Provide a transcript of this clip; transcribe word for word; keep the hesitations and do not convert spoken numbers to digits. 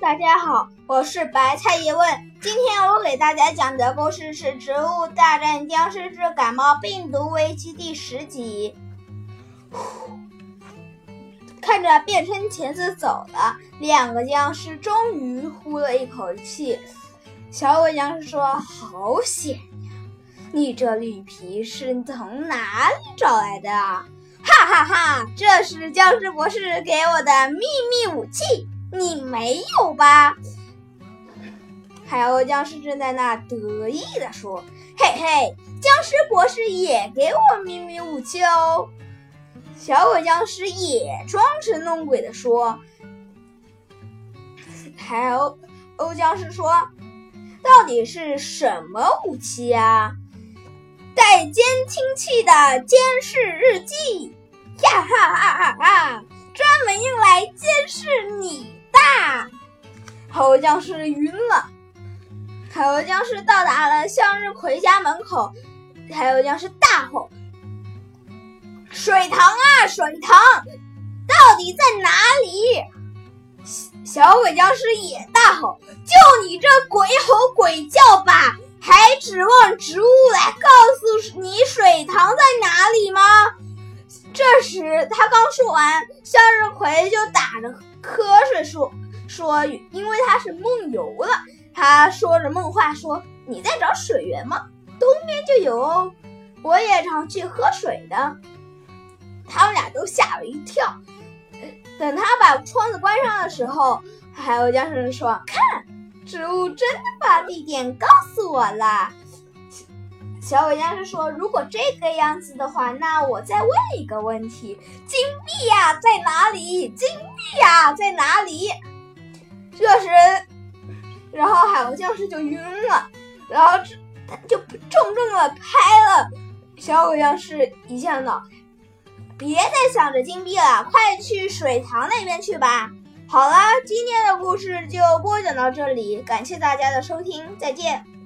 大家好，我是白菜叶问。今天我给大家讲的故事是《植物大战僵尸之感冒病毒危机》第十集。看着变身钳子走了，两个僵尸终于呼了一口气。小鬼僵尸说：“好险呀！你这绿皮是从哪里找来的啊？”哈哈哈，这是僵尸博士给我的秘密武器，你没有吧？海鸥僵尸正在那得意地说：“嘿嘿，僵尸博士也给我秘密武器哦。”小鬼僵尸也装神弄鬼地说：“海鸥鸥僵尸说，到底是什么武器啊？”带监听器的监视日记，呀哈哈哈哈！专门用来监视你的。海鸥僵尸晕了。海鸥僵尸到达了向日葵家门口，海鸥僵尸大吼：“水塘啊，水塘，到底在哪里？”小鬼僵尸也大吼：“就你这鬼吼鬼叫吧，还指望植物来告诉你水塘在哪里吗？”这时他刚说完，向日葵就打着瞌睡说说因为他是梦游了，他说着梦话说：“你在找水源吗？东边就有哦，我也常去喝水的。”他们俩都吓了一跳。等他把窗子关上的时候，海鸥僵尸说：“看，植物真的把地点告诉我了。”小鬼僵尸说：“如果这个样子的话，那我再问一个问题，金币呀在哪里？金币呀在哪里？”这时，然后海鸥僵尸就晕了，然后他就重重的拍了小鬼僵尸一下脑袋。别再想着金币了，快去水塘那边去吧。好了，今天的故事就播讲到这里，感谢大家的收听，再见。